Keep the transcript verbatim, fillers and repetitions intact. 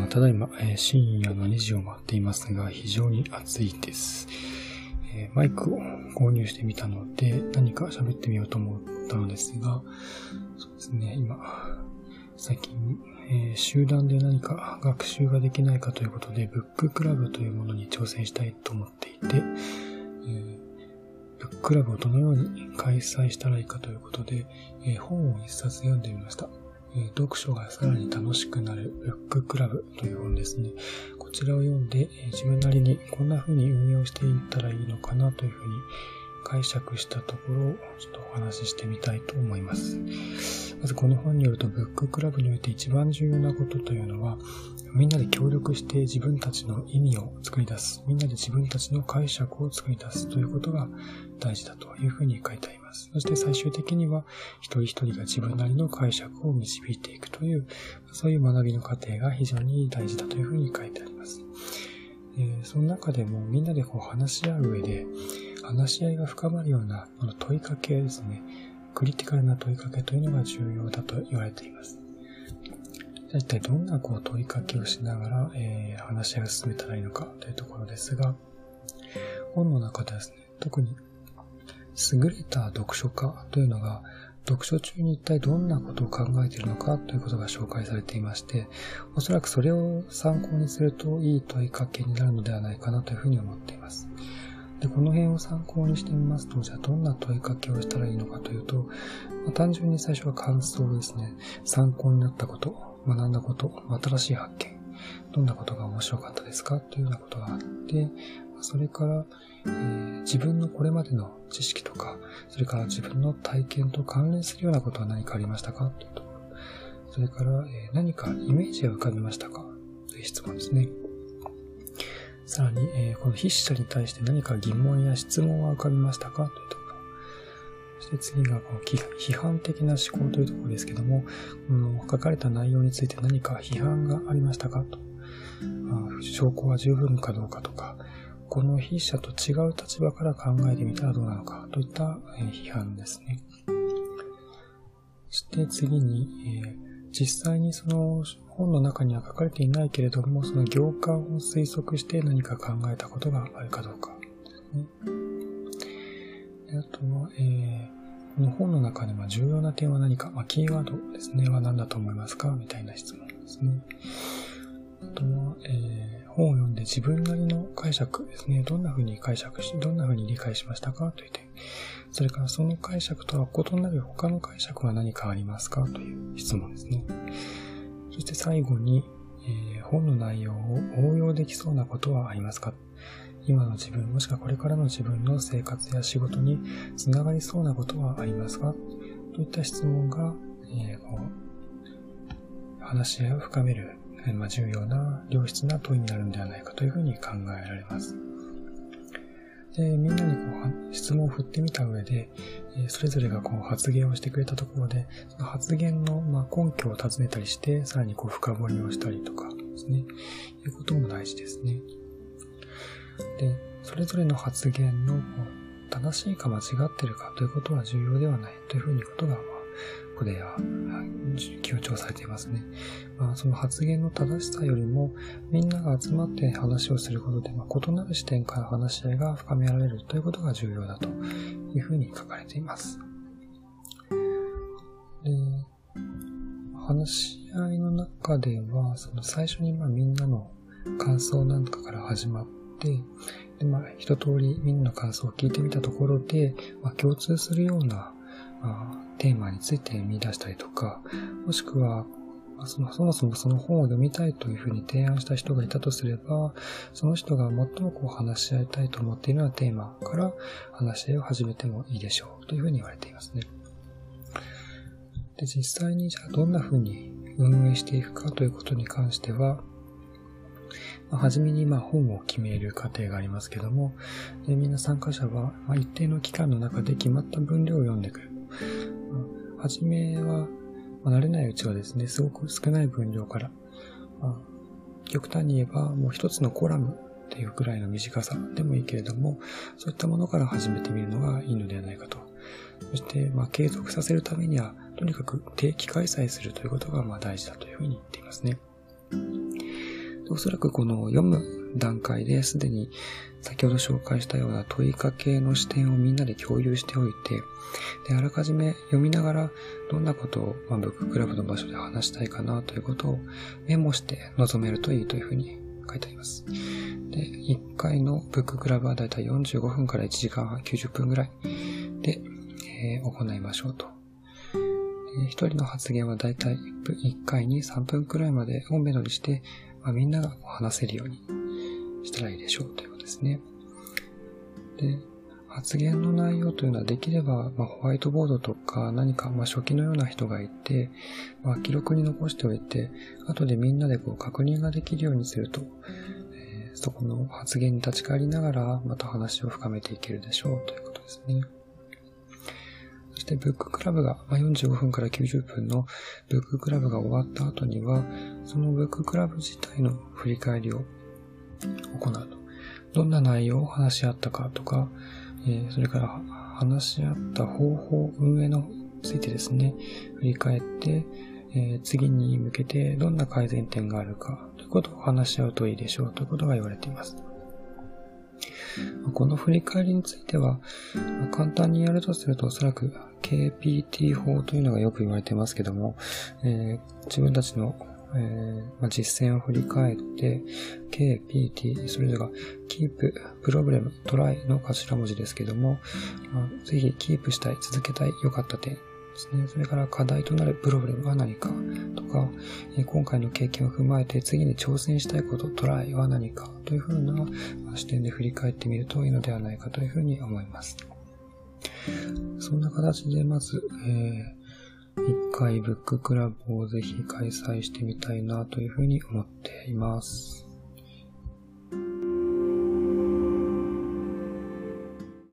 ただいま、えー、深夜のにじを回っていますが、非常に暑いです、えー。マイクを購入してみたので、何か喋ってみようと思ったのですが、そうですね、今、最近、えー、集団で何か学習ができないかということで、ブッククラブというものに挑戦したいと思っていて、えー、ブッククラブをどのように開催したらいいかということで、えー、本を一冊読んでみました。読書がさらに楽しくなるブッククラブという本ですね。こちらを読んで自分なりにこんな風に運用していったらいいのかなという風に解釈したところをちょっとお話ししてみたいと思います。まずこの本によるとブッククラブにおいて一番重要なことというのは、みんなで協力して自分たちの意味を作り出す。みんなで自分たちの解釈を作り出すということが大事だというふうに書いてあります。そして最終的には一人一人が自分なりの解釈を導いていくという、そういう学びの過程が非常に大事だというふうに書いてあります。えー、その中でもみんなでこう話し合う上で、話し合いが深まるようなこの問いかけですね。クリティカルな問いかけというのが重要だと言われています。じゃあ一体どんなこう問いかけをしながら、えー、話し合いを進めたらいいのかというところですが、本の中でですね、特に優れた読書家というのが読書中に一体どんなことを考えているのかということが紹介されていまして、おそらくそれを参考にするといい問いかけになるのではないかなというふうに思っています。で、この辺を参考にしてみますと、じゃあどんな問いかけをしたらいいのかというと、まあ、単純に最初は感想ですね。参考になったこと、学んだこと、新しい発見、どんなことが面白かったですかというようなことがあって、それから、えー、自分のこれまでの知識とか、それから自分の体験と関連するようなことは何かありましたかというところ。それから、えー、何かイメージが浮かびましたかという質問ですね。さらに、えー、この筆者に対して何か疑問や質問は浮かびましたかというところ。そして次がこの批判的な思考というところですけども、この書かれた内容について何か批判がありましたかと。まあ、証拠は十分かどうかとか、この筆者と違う立場から考えてみたらどうなのかといった、えー、批判ですね。そして次に、えー実際にその本の中には書かれていないけれども、その行間を推測して何か考えたことがあるかどうかですね。であとは、えー、この本の中でまあ重要な点は何か、まあ、キーワードですねは何だと思いますかみたいな質問ですね。あとは、えー、本を読んで自分なりの解釈ですね。どんな風に解釈し、どんな風に理解しましたかという点。それからその解釈とは異なる他の解釈は何かありますかという質問ですね。そして最後に、えー、本の内容を応用できそうなことはありますか？今の自分もしくはこれからの自分の生活や仕事につながりそうなことはありますか？といった質問が、えー、こう話し合いを深める、えーまあ、重要な良質な問いになるのではないかというふうに考えられます。でみんなにこう質問を振ってみた上で、それぞれがこう発言をしてくれたところで、その発言のまあ根拠を尋ねたりして、さらにこう深掘りをしたりとかですね、いうことも大事ですね。で、それぞれの発言の正しいか間違っているかということは重要ではないというふうにことが、まあ、ここでは強調されていますね。まあ、その発言の正しさよりも、みんなが集まって話をすることで、まあ、異なる視点から話し合いが深められるということが重要だというふうに書かれています。で、話し合いの中では、その最初にまあみんなの感想なんとかから始まって、でまあ、一通りみんなの感想を聞いてみたところで、まあ、共通するような、まあ、テーマについて見出したりとか、もしくは、そもそもその本を読みたいというふうに提案した人がいたとすれば、その人が最もこう話し合いたいと思っているようなテーマから話し合いを始めてもいいでしょうというふうに言われていますね。で、実際にじゃあどんなふうに運営していくかということに関しては、まあ、はじめにまあ本を決める過程がありますけども、でみんな参加者はまあ一定の期間の中で決まった分量を読んでくる。まあ、はじめは、まあ、慣れないうちはですね、すごく少ない分量から、まあ、極端に言えばもう一つのコラムっていうくらいの短さでもいいけれども、そういったものから始めてみるのがいいのではないかと。そして、まあ、継続させるためには、とにかく定期開催するということがまあ大事だというふうに言っていますね。 おそらくこの読む段階ですでに先ほど紹介したような問いかけの視点をみんなで共有しておいて、で、あらかじめ読みながらどんなことを、まあ、ブッククラブの場所で話したいかなということをメモして臨めるといいというふうに書いてあります。で、いっかいのブッククラブはだいたいよんじゅうごふんからいちじかんはん、きゅうじゅっぷんぐらいで、えー、行いましょうと。一人の発言はだいたいいっかいにさんぷんくらいまでをめどにして、まあ、みんなが話せるようにしたらいいでしょうということですね。で、発言の内容というのはできれば、まあ、ホワイトボードとか何か、まあ、書記のような人がいて、まあ、記録に残しておいて、後でみんなでこう確認ができるようにすると、えー、そこの発言に立ち返りながらまた話を深めていけるでしょうということですね。そしてブッククラブが、まあ、よんじゅうごふんからきゅうじゅっぷんのブッククラブが終わった後には、そのブッククラブ自体の振り返りを行うと。どんな内容を話し合ったかとか、えー、それから話し合った方法、運営のついてですね、振り返って、えー、次に向けてどんな改善点があるかということを話し合うといいでしょうということが言われています。この振り返りについては、簡単にやるとするとおそらく ケーピーティー 法というのがよく言われていますけども、えー、自分たちの、えーまあ、実践を振り返って ケーピーティー、それぞれが Keep、Problem、Try の頭文字ですけども、まあ、ぜひキープしたい、続けたい、良かった点ですね。それから課題となるプロブレムは何かとか、えー、今回の経験を踏まえて次に挑戦したいこと、トライは何かというふうな、まあ、視点で振り返ってみるといいのではないかというふうに思います。そんな形でまず、えー、いっかいブッククラブをぜひ開催してみたいなというふうに思っています。